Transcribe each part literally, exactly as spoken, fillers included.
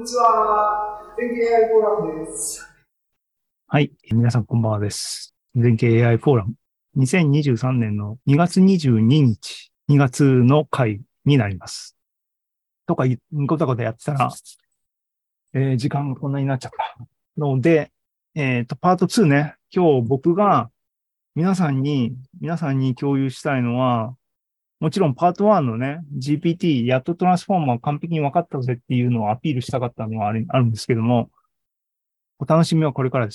にちは。全景 エーアイ フォーラムです。 はい。皆さんこんばんはです。全景 エーアイ フォーラム。にせんにじゅうさんねんのにがつにじゅうににち、にがつの回になります。とか、ごたごたやってたら、えー時間がこんなになっちゃった。ので、えっと、パートツーね。今日僕が皆さんに、皆さんに共有したいのは、もちろんパートワンのね、ジーピーティー、やっとトランスフォーマー完璧に分かったぜっていうのをアピールしたかったのはあるあるんですけども、お楽しみはこれからです。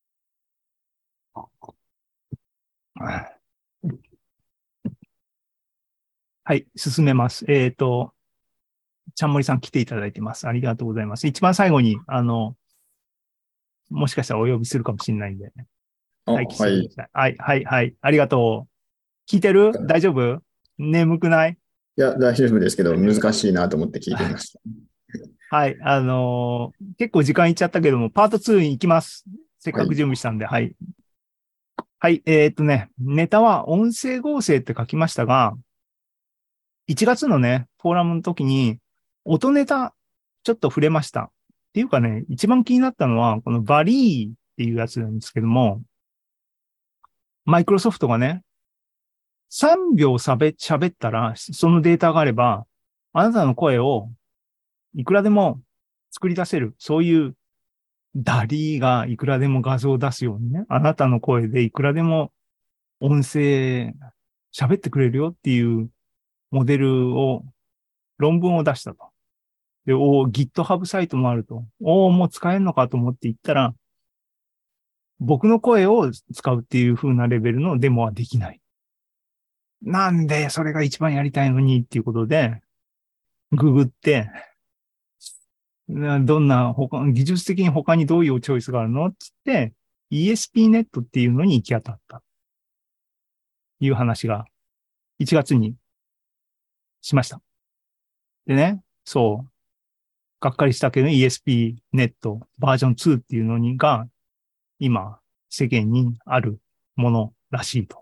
はい、進めます。えっと、ちゃんもりさん来ていただいてます。ありがとうございます。一番最後に、あの、もしかしたらお呼びするかもしれないんで、 あ、 待機しはい。いてください。はい、はい、はい。ありがとう。聞いてる？大丈夫？眠くない？ や、大丈夫ですけど、難しいなと思って聞いていました。 はい、あのー結構時間いっちゃったけども、パートツーに行きます。せっかくはい。 準備したんで、はい。はい、えーっとね、ネタは音声合成って書きましたが、いちがつのね、フォーラムの時に、音ネタ、ちょっと触れました。っていうかね、一番気になったのは、このバリーっていうやつなんですけども、マイクロソフトがね、さんびょうしゃべ喋ったら、そのデータがあれば、あなたの声をいくらでも作り出せる。そういうダリーがいくらでも画像を出すようにね、あなたの声でいくらでも音声喋ってくれるよっていうモデルを、論文を出したと。で、お GitHub サイトもあると。おもう使えるのかと思って言ったら、僕の声を使うっていう風なレベルのデモはできない。なんで、それが一番やりたいのにっていうことで、ググって、どんな他、技術的に他にどういうチョイスがあるのつって、イーエスピー ネットっていうのに行き当たったという話がいちがつにしました。でね、そう、がっかりしたけど イーエスピー ネットバージョンツーっていうのにが今世間にあるものらしいと。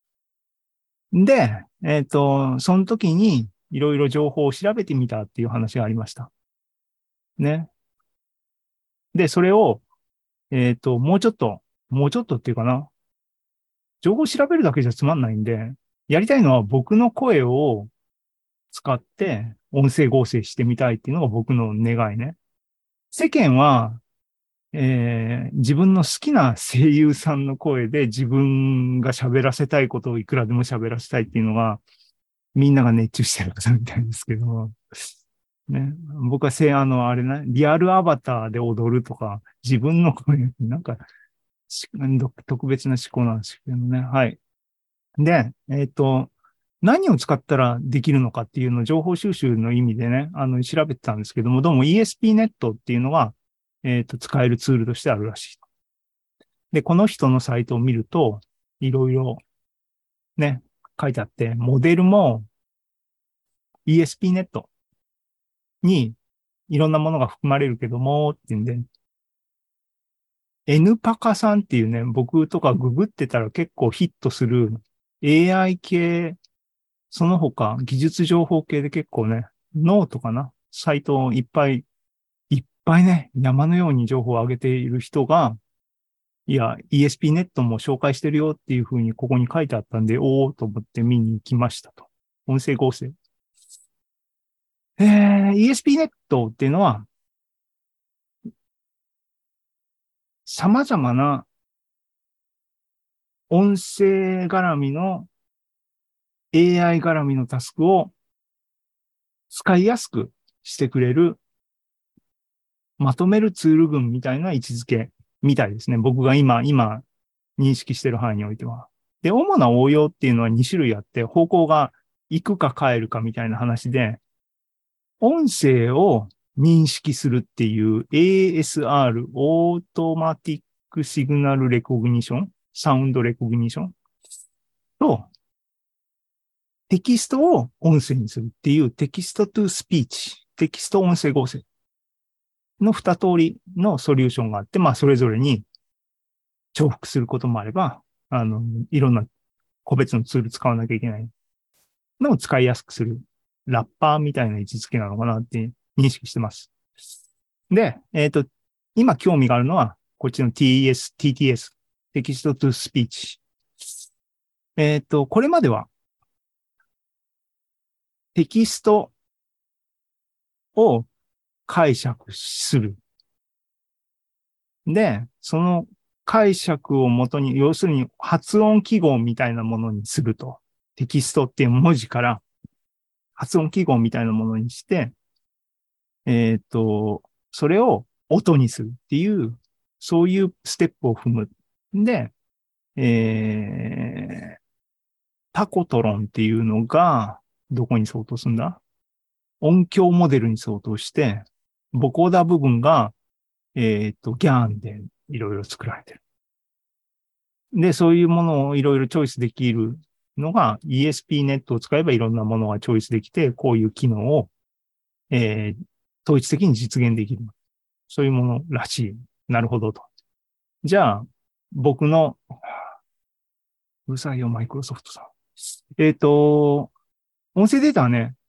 で、えっ、と、その時にいろいろ情報を調べてみたっていう話がありました。ね。で、それを、えっ、と、もうちょっと、もうちょっとっていうかな。情報を調べるだけじゃつまんないんで、やりたいのは僕の声を使って音声合成してみたいっていうのが僕の願いね。世間は、えー自分の好きな声優さんの声で自分が喋らせたいことをいくらでも喋らせたいっていうのが、みんなが熱中してることみたいですけど、ね、僕はせ、あの、あれな、リアルアバターで踊るとか、自分の声、なんか、特別な思考なんですけどね。はい。で、えっと、何を使ったらできるのかっていうのを情報収集の意味でね、あの、調べてたんですけども、どうも イーエスピー ネットっていうのが、えっと、使えるツールとしてあるらしい。で、この人のサイトを見ると、いろいろね、書いてあって、モデルも イーエスピー ネットにいろんなものが含まれるけども、っていうんで、N パカさんっていうね、僕とかググってたら結構ヒットする エーアイ 系、その他技術情報系で結構ね、ノートかなサイトをいっぱい、いっぱいね、山のように情報を上げている人が、いや、イーエスピー ネットも紹介してるよっていうふうにここに書いてあったんで、おーと思って見に行きましたと。音声合成。えー、イーエスピー ネットっていうのは、様々な音声絡みの エーアイ 絡みのタスクを使いやすくしてくれる、まとめるツール群みたいな位置づけみたいですね。僕が今、今認識している範囲においては。で、主な応用っていうのはに種類あって、方向が行くか帰るかみたいな話で、音声を認識するっていう エーエスアール、オートマティックシグナルレコグニション、サウンドレコグニションと、テキストを音声にするっていうテキストトゥスピーチ、テキスト音声合成の二通りのソリューションがあって、まあそれぞれに重複することもあれば、あの、いろんな個別のツール使わなきゃいけないのを使いやすくするラッパーみたいな位置づけなのかなって認識してます。 で、えっと、今興味があるのは、こっちの ティーイーエス、ティーティーエス、テキストトゥスピーチ。えっと、これまでは、テキストを解釈する。で、その解釈をもとに、要するに発音記号みたいなものにすると。テキストっていう文字から発音記号みたいなものにして、えっと、それを音にするっていう、そういうステップを踏む。で、えー、タコトロンっていうのが、どこに相当するんだ？音響モデルに相当して、ボコーダー部分が、えっと、ギャーンでいろいろ作られてる。で、そういうものをいろいろチョイスできるのが イーエスピー ネットを使えばいろんなものがチョイスできて、こういう機能を、えー、統一的に実現できる。そういうものらしい。なるほどと。じゃあ、僕の、うるさいよ、マイクロソフトさん。えっと、音声データはね、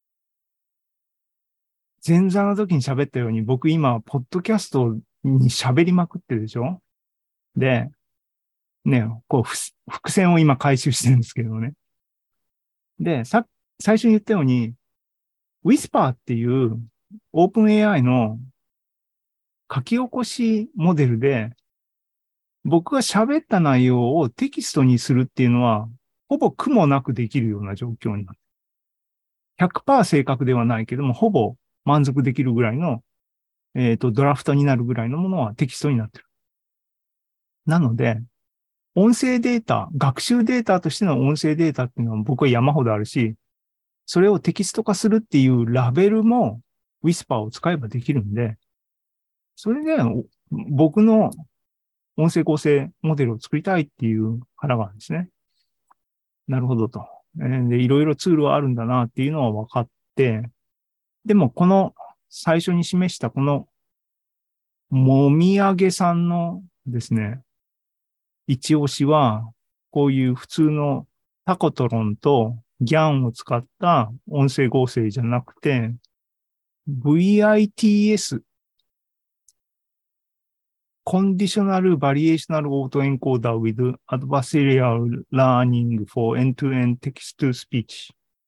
前座の時に喋ったように、僕今、ポッドキャストに喋りまくってるでしょ？で、ね、こう、伏線を今回収してるんですけどね。で、さ、最初に言ったように、Whisper っていうオープン エーアイ の書き起こしモデルで、僕が喋った内容をテキストにするっていうのは、ほぼ苦もなくできるような状況になる。ひゃくパーセント 正確ではないけども、ほぼ満足できるぐらいの、えっと、ドラフトになるぐらいのものはテキストになってる。なので、音声データ、学習データとしての音声データっていうのは僕は山ほどあるし、それをテキスト化するっていうラベルも Whisper を使えばできるんで、それで僕の音声構成モデルを作りたいっていう腹があるんですね。なるほどと。で、いろいろツールはあるんだなっていうのは分かって、でもこの最初に示したこのもみあげさんのですね、一押しは、こういう普通のタコトロンとギャンを使った音声合成じゃなくて、ブイアイティーエス、Conditional Variational Autoencoder with Adversarial Learning for End-to-End Text-to-Speech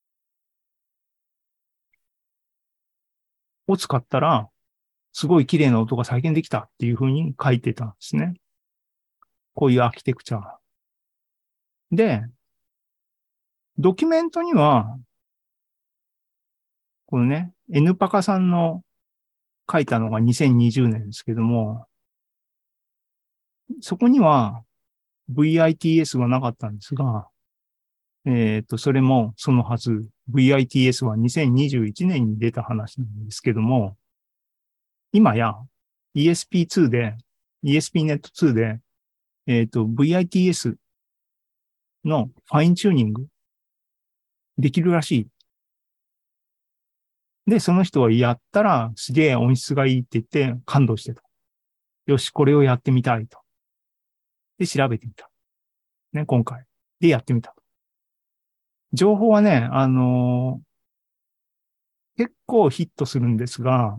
を使ったら、すごい綺麗な音が再現できたっていうふうに書いてたんですね。こういうアーキテクチャ。で、ドキュメントには、このね、N パカさんの書いたのがにせんにじゅうねんですけども、そこには ブイアイティーエス はなかったんですが、えっと、それもそのはず、ブイアイティーエス はにせんにじゅういちねんに出た話なんですけども、今や イーエスピーツー で、イーエスピーネットツー で、えっと、ブイアイティーエス のファインチューニングできるらしい。で、その人はやったらすげえ音質がいいって言って感動してた。よし、これをやってみたいと。で、調べてみた。ね、今回。で、やってみた。情報はね、あのー、結構ヒットするんですが、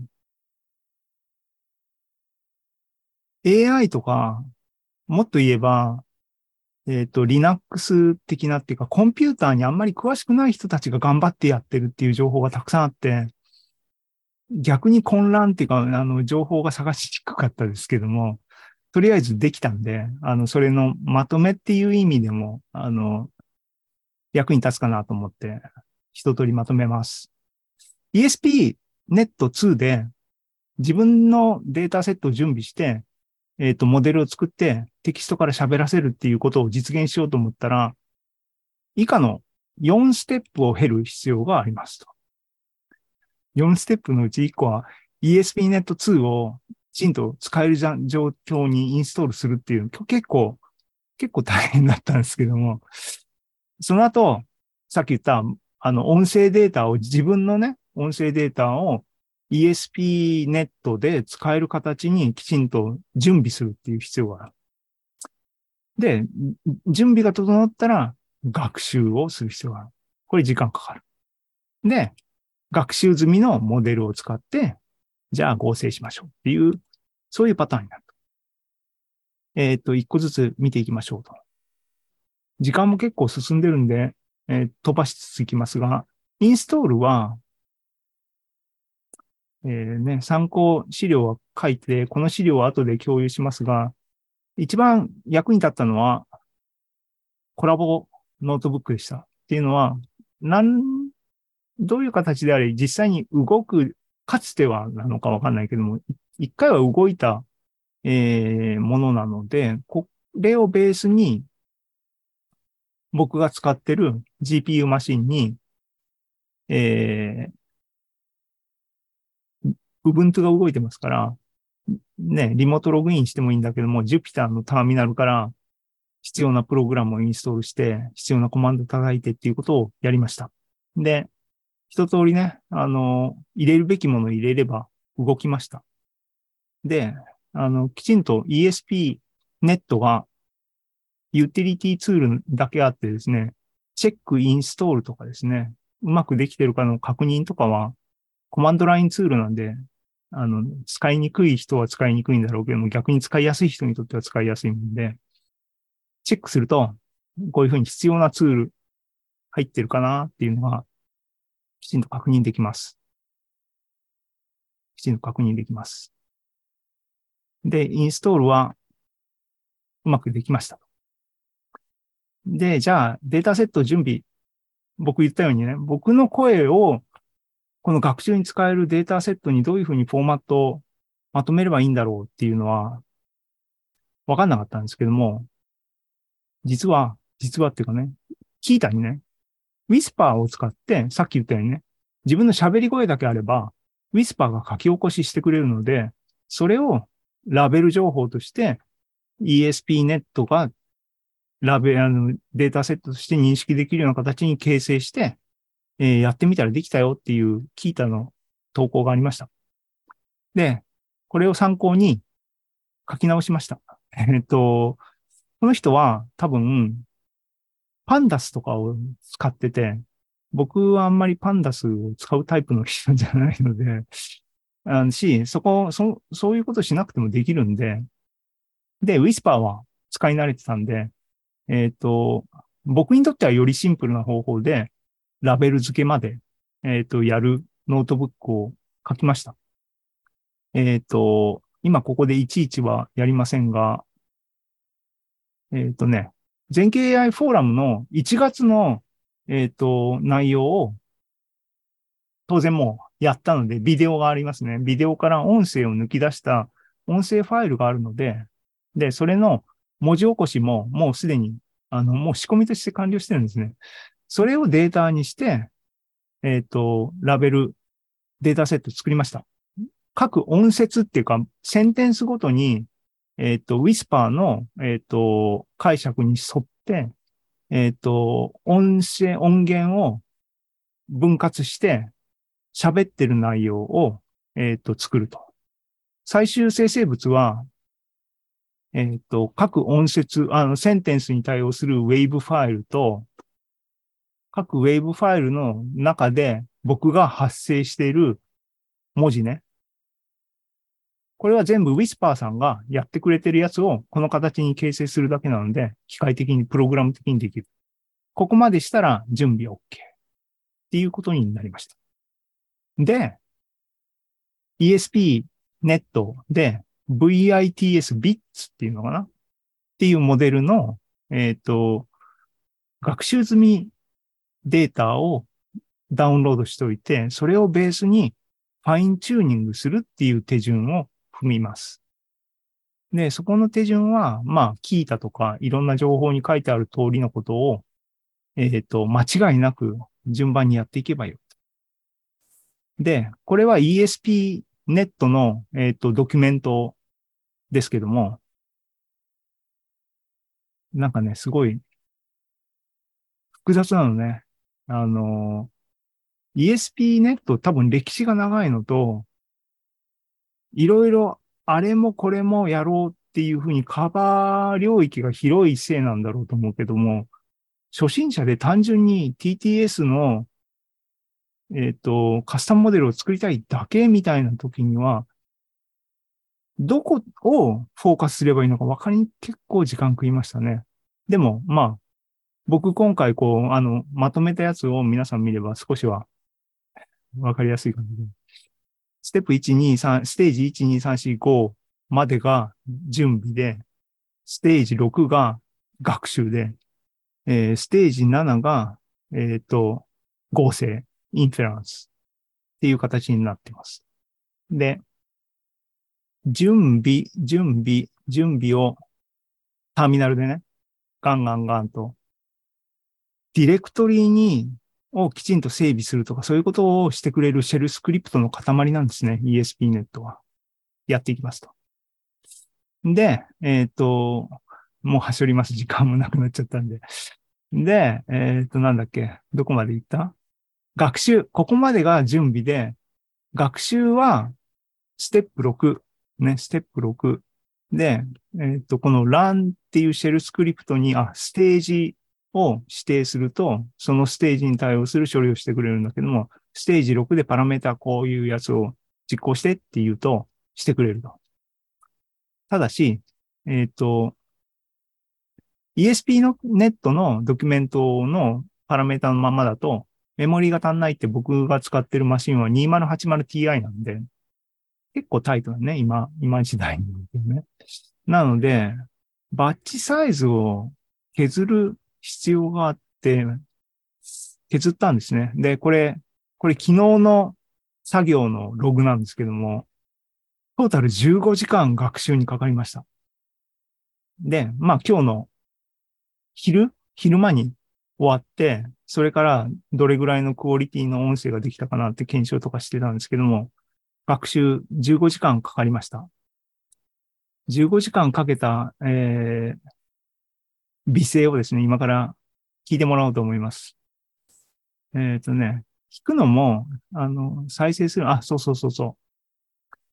エーアイ とか、もっと言えば、えっと、Linux 的なっていうか、コンピューターにあんまり詳しくない人たちが頑張ってやってるっていう情報がたくさんあって、逆に混乱っていうか、あの、情報が探しにくかったですけども、とりあえずできたんで、あの、それのまとめっていう意味でも、あの、役に立つかなと思って、一通りまとめます。イーエスピーネットツー で自分のデータセットを準備して、えっと、モデルを作ってテキストから喋らせるっていうことを実現しようと思ったら、以下のよんステップを経る必要がありますと。よんステップのうちいっこは イーエスピーネットツー をきちんと使える状況にインストールするっていう、結構、結構大変だったんですけども、その後、さっき言った、あの、音声データを、自分のね、音声データを イーエスピーネットで使える形にきちんと準備するっていう必要がある。で、準備が整ったら学習をする必要がある。これ時間かかる。で、学習済みのモデルを使ってじゃあ合成しましょうっていう、そういうパターンになると。えっと、一個ずつ見ていきましょうと。時間も結構進んでるんで、えー飛ばしつついきますが、インストールは、えーね、参考資料は書いて、この資料は後で共有しますが、一番役に立ったのは、コラボノートブックでした。っていうのは、なん、どういう形であれ、実際に動く、かつてはなのかわかんないけども、一回は動いた、えーものなので、これをベースに、僕が使ってる ジーピーユー マシンに、えー、Ubuntu が動いてますから、ね、リモートログインしてもいいんだけども、Jupyter のターミナルから必要なプログラムをインストールして、必要なコマンド叩いてっていうことをやりました。で、一通りね、あの、入れるべきものを入れれば動きました。で、あの、きちんと イーエスピー ネットがユーティリティツールだけあってですね、チェックインストールとかですね、うまくできてるかの確認とかは、コマンドラインツールなんで、あの、使いにくい人は使いにくいんだろうけども、逆に使いやすい人にとっては使いやすいんで、チェックすると、こういうふうに必要なツール入ってるかなっていうのが、きちんと確認できます。きちんと確認できます。で、インストールはうまくできました。で、じゃあデータセット準備。僕言ったようにね、僕の声をこの学習に使えるデータセットにどういうふうにフォーマットをまとめればいいんだろうっていうのはわかんなかったんですけども、実は、実はっていうかね、聞いたにね、ウィスパーを使って、さっき言ったようにね、自分の喋り声だけあれば、ウィスパーが書き起こししてくれるので、それをラベル情報として イーエスピー ネットがラベル、あの、データセットとして認識できるような形に形成して、えーやってみたらできたよっていうキータの投稿がありました。で、これを参考に書き直しました。えっと、この人は多分、パンダスとかを使ってて、僕はあんまりパンダスを使うタイプの人じゃないので、あのし、そこ、そ、そういうことしなくてもできるんで、で、ウィスパーは使い慣れてたんで、えっと、僕にとってはよりシンプルな方法で、ラベル付けまで、えっと、やるノートブックを書きました。えっと、今ここでいちいちはやりませんが、えっとね、全景 エーアイ フォーラムのいちがつの、えっと、内容を当然もうやったので、ビデオがありますね。ビデオから音声を抜き出した音声ファイルがあるので、で、それの文字起こしももうすでに、あの、もう仕込みとして完了してるんですね。それをデータにして、えっと、ラベル、データセット作りました。各音節っていうか、センテンスごとに、えっと、ウィスパーの、えっと、解釈に沿って、えっと、音声、音源を分割して、喋ってる内容を、えっと、作ると。最終生成物は、えっと、各音節、あの、センテンスに対応するウェーブファイルと、各ウェーブファイルの中で僕が発生している文字ね。これは全部 Whisper さんがやってくれてるやつをこの形に形成するだけなので、機械的にプログラム的にできる。ここまでしたら準備 OK。っていうことになりました。で、イーエスピー ネットで ブイアイティーエス ビッツっていうのかなっていうモデルの、えっと、学習済みデータをダウンロードしておいて、それをベースにファインチューニングするっていう手順を踏みます。で、そこの手順は、まあ、聞いたとか、いろんな情報に書いてある通りのことを、えっと、間違いなく順番にやっていけばよい。で、これは イーエスピー ネットの、えっと、ドキュメントですけども、なんかね、すごい複雑なのね。あの、イーエスピー ネット多分歴史が長いのと、いろいろあれもこれもやろうっていうふうにカバー領域が広いせいなんだろうと思うけども、初心者で単純に ティーティーエス のえっと、カスタムモデルを作りたいだけみたいな時には、どこをフォーカスすればいいのか分かりに結構時間食いましたね。でも、まあ、僕今回こう、あの、まとめたやつを皆さん見れば少しは分かりやすい感じで。ステップいち、に、さん、ステージいち、に、さん、よん、ごまでが準備で、ステージろくが学習で、えーステージななが、えっと、合成、インフェランスっていう形になっています。で、準備、準備、準備をターミナルでね、ガンガンガンと、ディレクトリに、をきちんと整備するとか、そういうことをしてくれるシェルスクリプトの塊なんですね。イーエスピー ネットは。やっていきますと。で、えっと、もう走ります。時間もなくなっちゃったんで。で、えっと、なんだっけ。どこまで行った？学習。ここまでが準備で、学習は、ステップろく。ね、ステップろく。で、えっと、この run っていうシェルスクリプトに、あ、ステージを指定すると、そのステージに対応する処理をしてくれるんだけども、ステージろくでパラメータこういうやつを実行してって言うと、してくれると。ただし、えっと、イーエスピー のネットのドキュメントのパラメータのままだと、メモリが足んないって僕が使ってるマシンは にせんはちじゅうティーアイ なんで、結構タイトだね、今、今時代に、ね。なので、バッチサイズを削る必要があって、削ったんですね。で、これ、これ昨日の作業のログなんですけども、トータルじゅうごじかん学習にかかりました。で、まあ今日の昼昼間に終わって、それからどれぐらいのクオリティの音声ができたかなって検証とかしてたんですけども、学習じゅうごじかんかかりました。じゅうごじかんかけた、えー、美声をですね、今から聞いてもらおうと思います。えっとね、聞くのも、あの、再生する、あ、そうそうそうそう。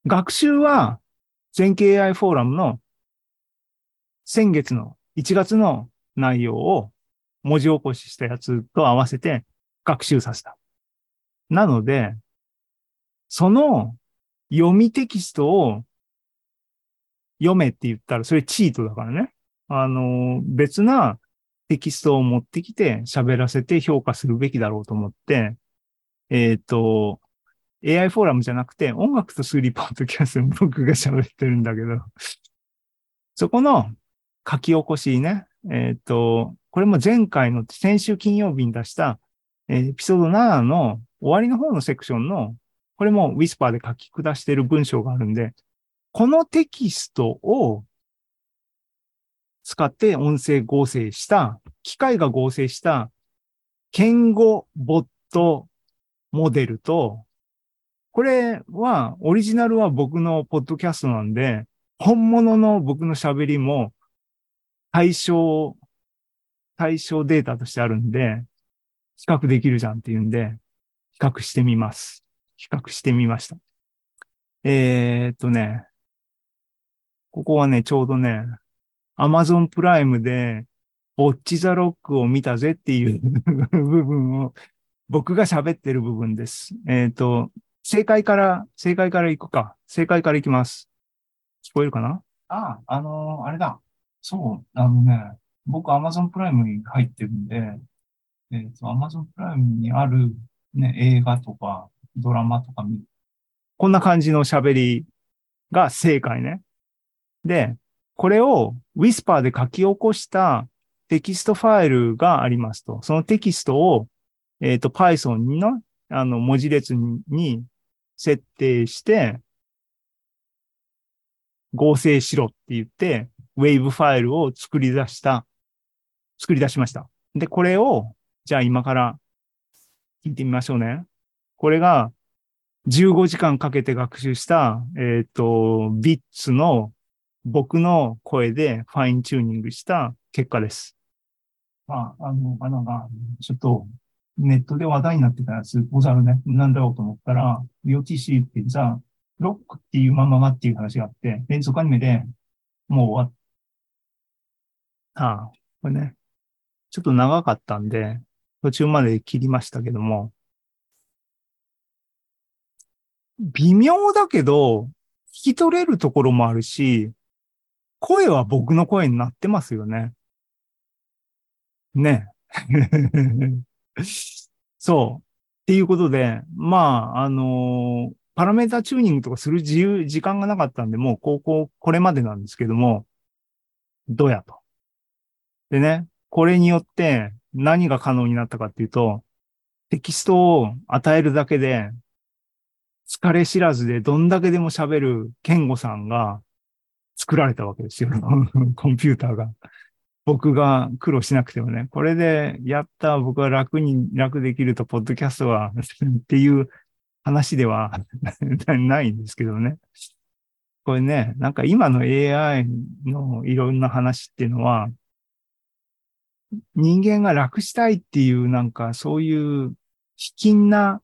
学習は、全景 エーアイ フォーラムの先月のいちがつの内容を文字起こししたやつと合わせて学習させた。なので、その読みテキストを読めって言ったら、それチートだからね。あの、別なテキストを持ってきて喋らせて評価するべきだろうと思って、えっと、エーアイ フォーラムじゃなくて音楽と数理ポッドキャストの僕が喋ってるんだけど、そこの書き起こしね、えっと、これも前回の先週金曜日に出した、えーエピソードななの終わりの方のセクションの、これも Whisper で書き下している文章があるんで、このテキストを使って音声合成した、機械が合成した言語ボットモデルと、これは、オリジナルは僕のポッドキャストなんで、本物の僕の喋りも対象、対象データとしてあるんで、比較できるじゃんっていうんで、比較してみます。比較してみました。えーっとね、ここはね、ちょうどね、Amazon プライムで、ボッチザロックを見たぜっていう部分を、僕が喋ってる部分です。えーっと、正解から、正解から行くか。正解から行きます。聞こえるかなあ、あのーあれだ。そう、あのね、僕 Amazon プライムに入ってるんで、えっと、Amazon プライムにあるね、映画とかドラマとか見る。こんな感じの喋りが正解ね。で、これを Whisper で書き起こしたテキストファイルがありますと。そのテキストを、えっと、Python の、あの、文字列にに設定して、合成しろって言って、Wave ファイルを作り出した、作り出しました。で、これを、じゃあ今から聞いてみましょうね。これがじゅうごじかんかけて学習した、えっと、ビッツの僕の声でファインチューニングした結果です。まあ、あの、あのが、ちょっと、ネットで話題になってたやつ、ござるね。なんだろうと思ったら、ビーオーティーシー ってさ、ロックっていうまままっていう話があって、連続アニメでもう終わった。ああ、これね、ちょっと長かったんで、途中まで切りましたけども、 微妙だけど、聞き取れるところもあるし、声は僕の声になってますよね。ね。そう。っていうことで、まあ、あのーパラメータチューニングとかする自由、時間がなかったんで、もう、こう、こう、これまでなんですけども、どうやと。でね、これによって何が可能になったかっていうと、テキストを与えるだけで、疲れ知らずでどんだけでも喋るケンゴさんが作られたわけですよ。コンピューターが。僕が苦労しなくてもね。これで、やった、僕は楽に、楽できると、ポッドキャストはっていう話ではないんですけどね。これね、なんか今の エーアイ のいろんな話っていうのは、人間が楽したいっていう、なんかそういう卑近な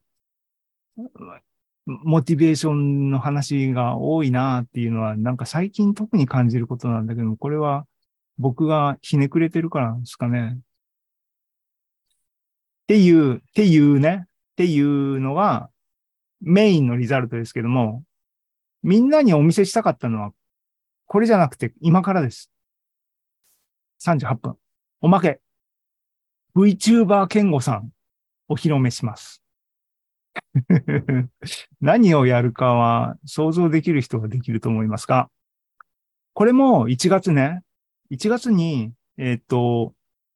モチベーションの話が多いなっていうのは、なんか最近特に感じることなんだけども、これは僕がひねくれてるからなんですかね。っていう、っていうね、っていうのがメインのリザルトですけども、みんなにお見せしたかったのは、これじゃなくて今からです。さんじゅうはっぷん。おまけ。VTuber ケンゴさん、お披露目します。何をやるかは想像できる人はできると思いますが、これもいちがつね、いちがつに、えっと、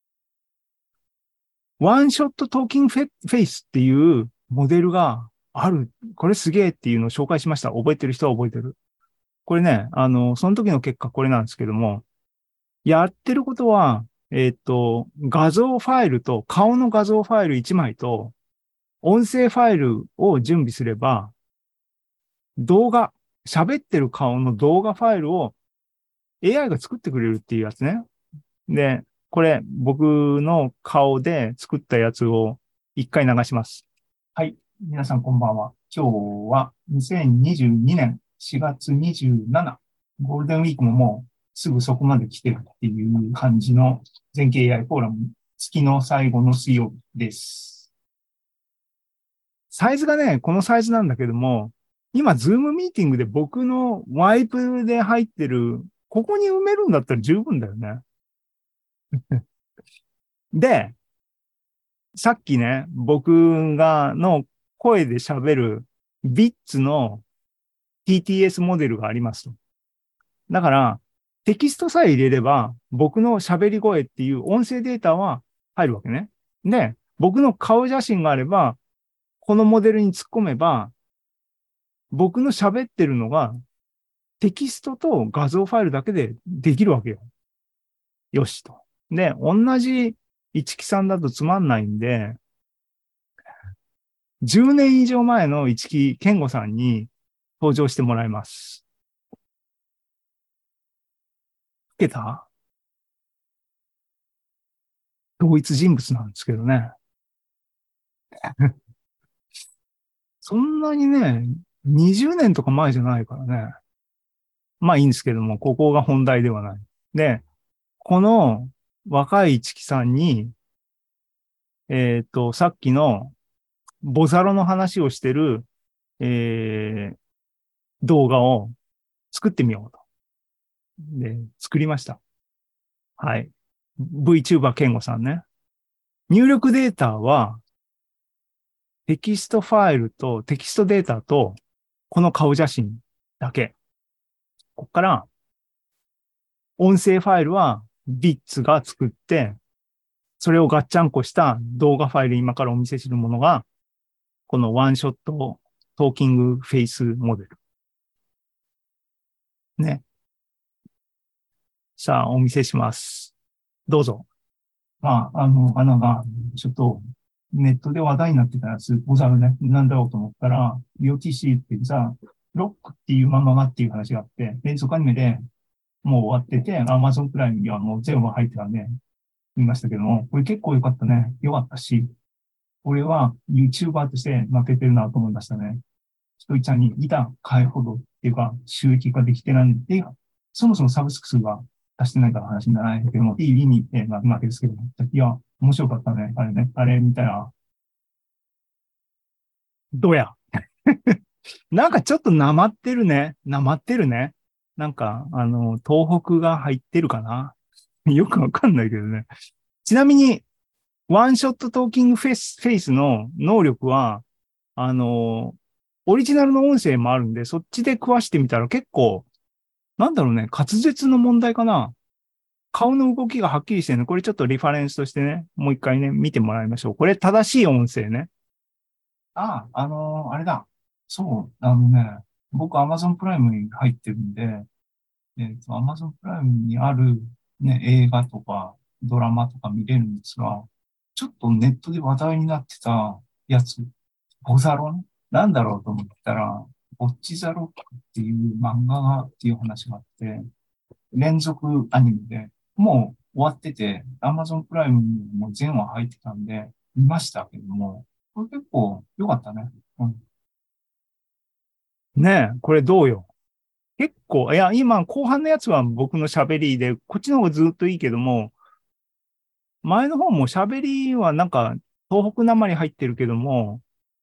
ワンショットトーキングフェフェイスっていうモデルがある。これすげえっていうのを紹介しました。覚えてる人は覚えてる。これね、あの、その時の結果これなんですけども、やってることは、えっと、画像ファイルと、顔の画像ファイルいちまいと、音声ファイルを準備すれば、動画、喋ってる顔の動画ファイルを エーアイ が作ってくれるっていうやつね。で、これ、僕の顔で作ったやつを一回流します。はい。皆さんこんばんは。今日はにせんにじゅうにねんしがつにじゅうしちにち、ゴールデンウィークももうすぐそこまで来てるっていう感じの全景 エーアイ フォーラム、月の最後の水曜日です。サイズがね、このサイズなんだけども、今、ズームミーティングで僕のワイプで入ってる、ここに埋めるんだったら十分だよね。で、さっきね、僕がの声で喋るビッツの ティーティーエス モデルがありますと。だから、テキストさえ入れれば、僕の喋り声っていう音声データは入るわけね。で、僕の顔写真があれば、このモデルに突っ込めば、僕の喋ってるのがテキストと画像ファイルだけでできるわけよ。よしと。で、同じ一木さんだとつまんないんで、じゅうねん以上前の一木健吾さんに登場してもらいます。受けた同一人物なんですけどね。そんなにね、にじゅうねんとか前じゃないからね。まあいいんですけども、ここが本題ではない。で、この若い一木さんに、えっと、さっきのボザロの話をしてる、えー、動画を作ってみようと。で、作りました。はい。VTuber ケンゴさんね。入力データは、テキストファイルとテキストデータと、この顔写真だけ。ここから、音声ファイルはビッツが作って、それをガッチャンコした動画ファイル、今からお見せするものが、このワンショットトーキングフェイスモデル。ね。さあ、お見せします。どうぞ。まあ、あの、穴が、ちょっと、ネットで話題になってたやつ、ござるね。なんだろうと思ったら、ビーオーティーシー っていうさ、ロックっていうままがっていう話があって、連続アニメでもう終わってて、Amazon プライムにはもう全部入ってたんで、見ましたけども、これ結構良かったね。良かったし、俺は YouTuber として負けてるなと思いましたね。ひとりちゃんにギター買えるほどっていうか、収益ができてないんで、そもそもサブスク数が足してないから話にならないけども、いい意味で、まあ、負けですけども。いや、面白かったね。あれね。あれ見たら、どうやなんかちょっとなまってるね。なまってるね。なんか、あの、東北が入ってるかな。よくわかんないけどね。ちなみに、ワンショットトーキングフェイス、フェイスの能力は、あの、オリジナルの音声もあるんで、そっちで食わしてみたら結構、なんだろうね、滑舌の問題かな。顔の動きがはっきりしてるの。これちょっとリファレンスとしてね、もう一回ね、見てもらいましょう。これ正しい音声ね。あ、あのーあれだ。そう、あのね、僕 Amazon プライムに入ってるんで、えっと、Amazon プライムにあるね、映画とかドラマとか見れるんですが、ちょっとネットで話題になってたやつ、ボザロンなんだろうと思ったら、ボッチザロックっていう漫画がっていう話があって、連続アニメで、もう終わってて、Amazon プライムにも全話入ってたんで、見ましたけども、これ結構良かったね。うん、ねえ、これどうよ。結構、いや、今、後半のやつは僕の喋りで、こっちの方がずっといいけども、前の方も喋りはなんか、東北なまり入ってるけども、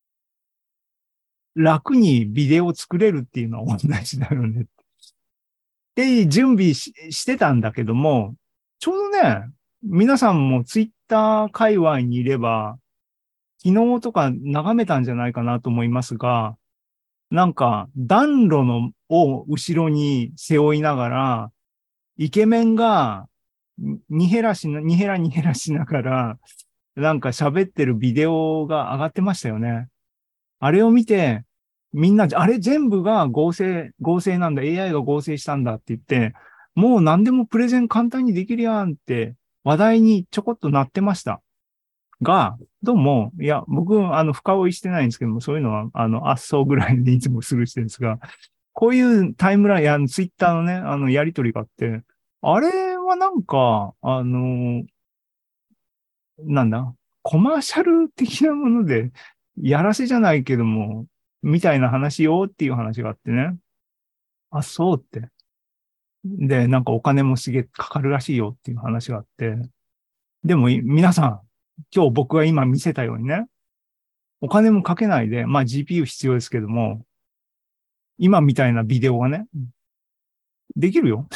楽にビデオを作れるっていうのは同じだよね。で、準備し、してたんだけども、ちょうどね、皆さんもツイッター界隈にいれば、昨日とか眺めたんじゃないかなと思いますが、なんか暖炉のを後ろに背負いながら、イケメンがにへらしな、にへらにへらしながら、なんか喋ってるビデオが上がってましたよね。あれを見て、みんな、あれ全部が合成、合成なんだ、エーアイ が合成したんだって言って、もう何でもプレゼン簡単にできるやんって話題にちょこっとなってました。が、どうも、いや、僕、あの、深追いしてないんですけども、そういうのは、あの、あっそうぐらいでいつもするしてるんですが、こういうタイムライン、あの、ツイッターのね、あの、やりとりがあって、あれはなんか、あの、なんだ、コマーシャル的なもので、やらせじゃないけども、みたいな話よっていう話があってね。あ、そうって。で、なんかお金もすげえかかるらしいよっていう話があって。でも、い皆さん、今日僕が今見せたようにね、お金もかけないで、まあ ジーピーユー 必要ですけども、今みたいなビデオがね、できるよ。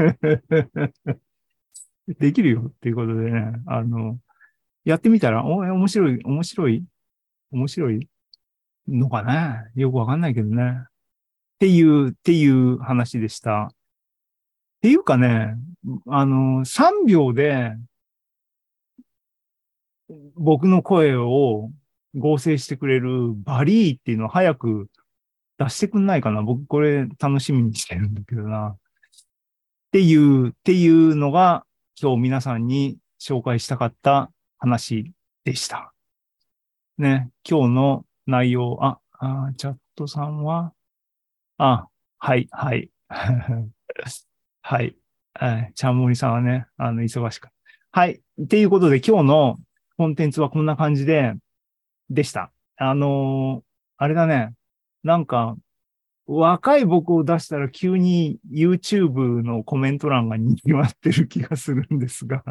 できるよっていうことでね、あの、やってみたら、お、面白い、面白い、面白いのかなよくわかんないけどね。っていう、っていう話でした。っていうかね、あの、さんびょうで僕の声を合成してくれるバリーっていうのを早く出してくんないかな。僕これ楽しみにしてるんだけどな。っていう、っていうのが今日皆さんに紹介したかった話でした。ね、今日の内容、あ、あチャットさんは、あ、はい、はい。はい。えー、ちゃんもりさんはね、あの、忙しく。はい。っていうことで今日のコンテンツはこんな感じで、でした。あのーあれだね。なんか、若い僕を出したら急に YouTube のコメント欄が賑わってる気がするんですが。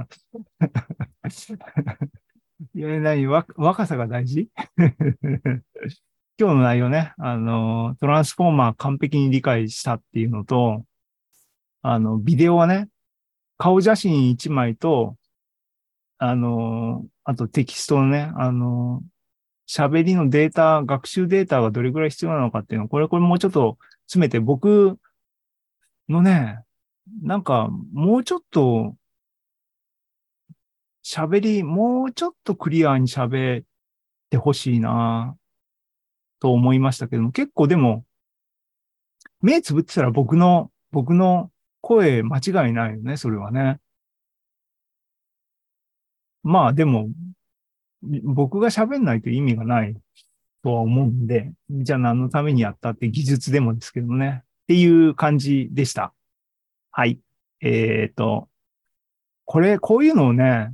いや、何、わ若さが大事今日の内容ね、あの、トランスフォーマー完璧に理解したっていうのと、あの、ビデオはね、顔写真いちまいと、あの、あとテキストのね、あの、喋りのデータ、学習データがどれぐらい必要なのかっていうの、これ、これもうちょっと詰めて、僕のね、なんか、もうちょっと、喋り、もうちょっとクリアに喋ってほしいなと思いましたけども、結構でも、目つぶってたら僕の、僕の声間違いないよね、それはね。まあでも、僕が喋んないと意味がないとは思うんで、じゃあ何のためにやったって技術でもですけどね。っていう感じでした。はい。えっと、これ、こういうのをね、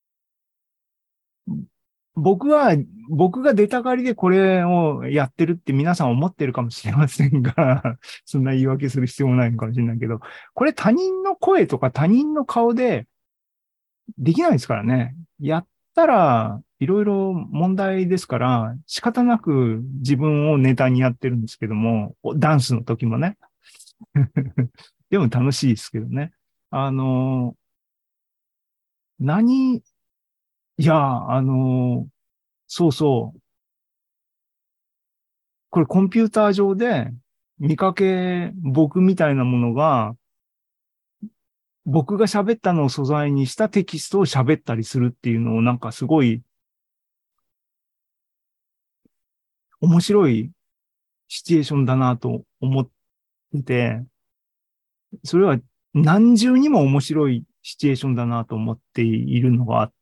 僕は、僕が出たがりでこれをやってるって皆さん思ってるかもしれませんが、そんな言い訳する必要もないのかもしれないけど、これ他人の声とか他人の顔でできないですからね。やったら、いろいろ問題ですから、仕方なく自分をネタにやってるんですけども、ダンスの時もね。でも楽しいですけどね。あの、何、いや、あの、そうそう。これコンピューター上で見かけ僕みたいなものが、僕が喋ったのを素材にしたテキストを喋ったりするっていうのをなんかすごい面白いシチュエーションだなと思ってて、それは何重にも面白いシチュエーションだなと思っているのがあって、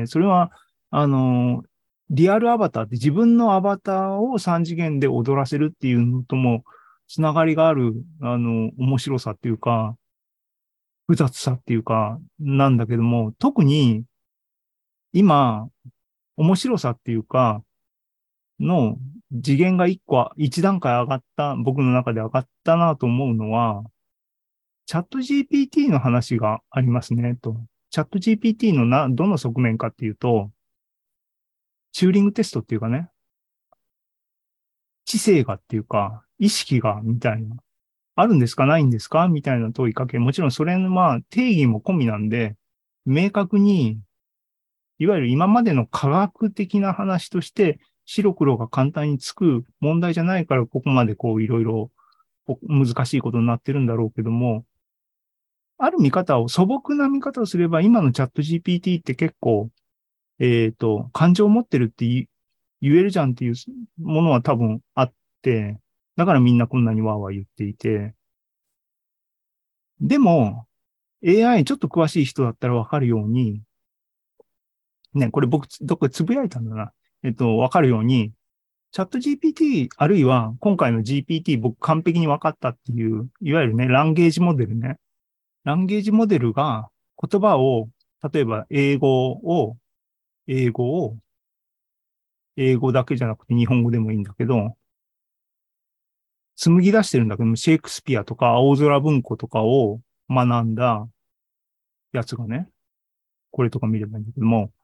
それは、あの、リアルアバターって自分のアバターをさん次元で踊らせるっていうのともつながりがある、あの、面白さっていうか、複雑さっていうか、なんだけども、特に今、面白さっていうか、の次元が一個、一段階上がった、僕の中で上がったなと思うのは、チャット ジーピーティー の話がありますね、と。チャット ジーピーティー のな、どの側面かっていうと、チューリングテストっていうかね、知性がっていうか、意識が、みたいな。あるんですかないんですかみたいな問いかけ。もちろんそれの、まあ、定義も込みなんで、明確に、いわゆる今までの科学的な話として、白黒が簡単につく問題じゃないから、ここまでこう、いろいろ難しいことになってるんだろうけども、ある見方を、素朴な見方をすれば、今のチャット ジーピーティー って結構、えっと、感情を持ってるって言言えるじゃんっていうものは多分あって、だからみんなこんなにわーわー言っていて、でも、エーアイ ちょっと詳しい人だったらわかるように、ね、これ僕、どこでつぶやいたんだな。えっと、わかるように、チャット ジーピーティー、あるいは今回の ジーピーティー 僕完璧に分かったっていう、いわゆるね、ランゲージモデルね。ランゲージモデルが言葉を、例えば英語を、英語を、英語だけじゃなくて日本語でもいいんだけど、紡ぎ出してるんだけども、シェイクスピアとか青空文庫とかを学んだやつがね、これとか見ればいいんだけども、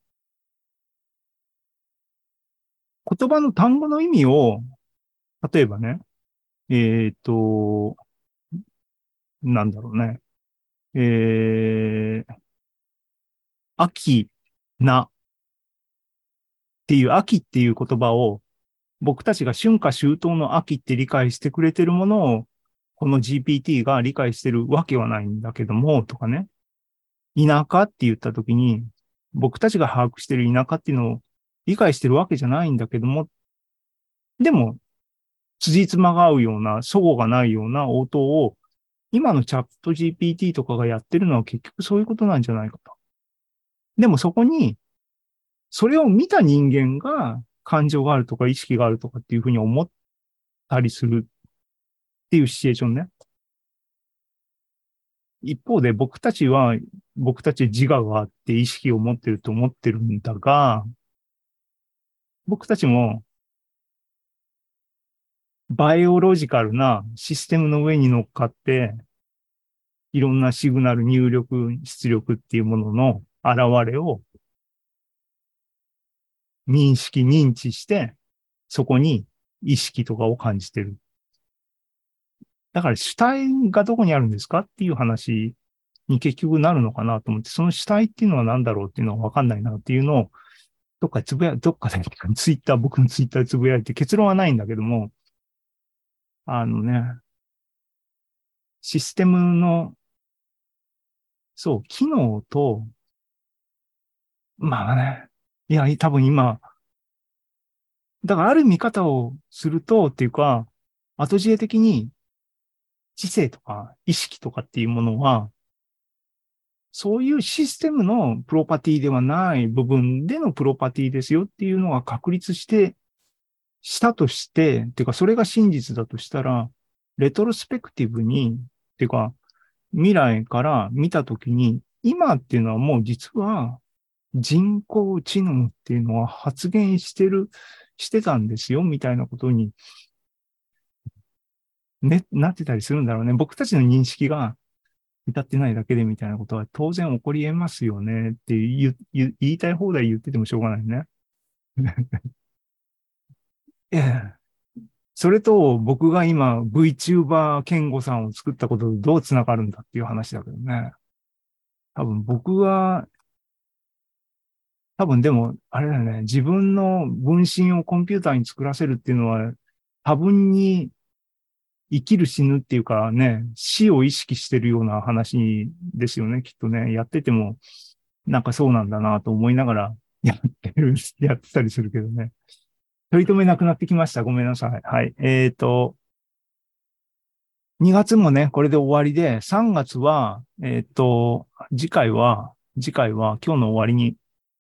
言葉の単語の意味を、例えばね、えっと、なんだろうね、えー、秋なっていう秋っていう言葉を僕たちが春夏秋冬の秋って理解してくれてるものをこの ジーピーティー が理解してるわけはないんだけども、とかね。田舎って言ったときに僕たちが把握してる田舎っていうのを理解してるわけじゃないんだけども、でも、辻褄が合うような、齟齬がないような応答を今のチャット ジーピーティー とかがやってるのは結局そういうことなんじゃないかと。でもそこにそれを見た人間が感情があるとか意識があるとかっていうふうに思ったりするっていうシチュエーションね。一方で僕たちは、僕たち自我があって意識を持ってると思ってるんだが、僕たちもバイオロジカルなシステムの上に乗っかって、いろんなシグナル、入力、出力っていうものの現れを認識、認知して、そこに意識とかを感じてる。だから主体がどこにあるんですかっていう話に結局なるのかなと思って、その主体っていうのは何だろうっていうのは分かんないなっていうのを、どっかでつぶや、どっかでツイッター、僕のツイッターでつぶやいて結論はないんだけども、あのね、システムの、そう、機能と、まあね、いや、多分今、だからある見方をするとっていうか、後知恵的に知性とか意識とかっていうものは、そういうシステムのプロパティではない部分でのプロパティですよっていうのが確立して、したとして、てかそれが真実だとしたら、レトロスペクティブに、てか未来から見たときに、今っていうのはもう実は人工知能っていうのは発現してる、してたんですよみたいなことに、ね、なってたりするんだろうね。僕たちの認識が至ってないだけでみたいなことは当然起こり得ますよねって言言言いたい放題言っててもしょうがないね。ええ。それと僕が今 VTuber ケンゴさんを作ったこととどうつながるんだっていう話だけどね。多分僕は、多分でも、あれだよね、自分の分身をコンピューターに作らせるっていうのは、多分に生きる死ぬっていうかね、死を意識してるような話ですよね、きっとね。やってても、なんかそうなんだなと思いながらやってる、やってたりするけどね。取り留めなくなってきました。ごめんなさい。はい。えっと、にがつもね、これで終わりで、さんがつは、えっと、次回は、次回は今日の終わりに、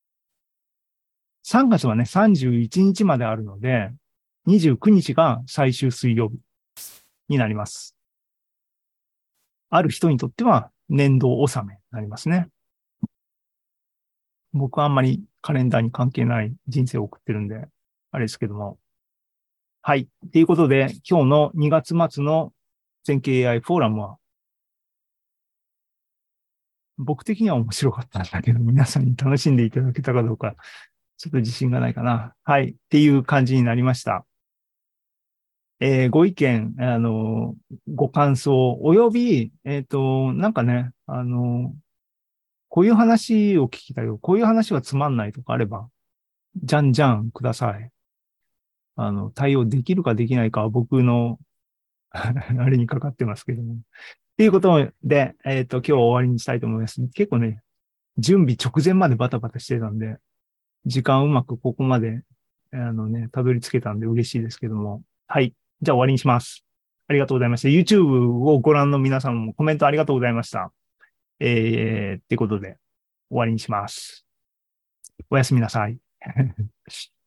さんがつはね、さんじゅういちにちまであるので、にじゅうくにちが最終水曜日になります。ある人にとっては年度納めになりますね。僕はあんまりカレンダーに関係ない人生を送ってるんで、あれですけども。はい。ということで、今日のにがつ末の全景 エーアイ フォーラムは、僕的には面白かったんだけど、皆さんに楽しんでいただけたかどうか、ちょっと自信がないかな。はい。っていう感じになりました。えーご意見、あの、ご感想、および、えっと、なんかね、あの、こういう話を聞きたいよ。こういう話はつまんないとかあれば、じゃんじゃんください。あの、対応できるかできないかは僕のあれにかかってますけども。っていうことで、えっと、今日は終わりにしたいと思います。結構ね、準備直前までバタバタしてたんで、時間うまくここまで、あのね、たどり着けたんで嬉しいですけども。はい。じゃあ終わりにします。ありがとうございました。YouTube をご覧の皆さんもコメントありがとうございました。えー、ってことで終わりにします。おやすみなさい。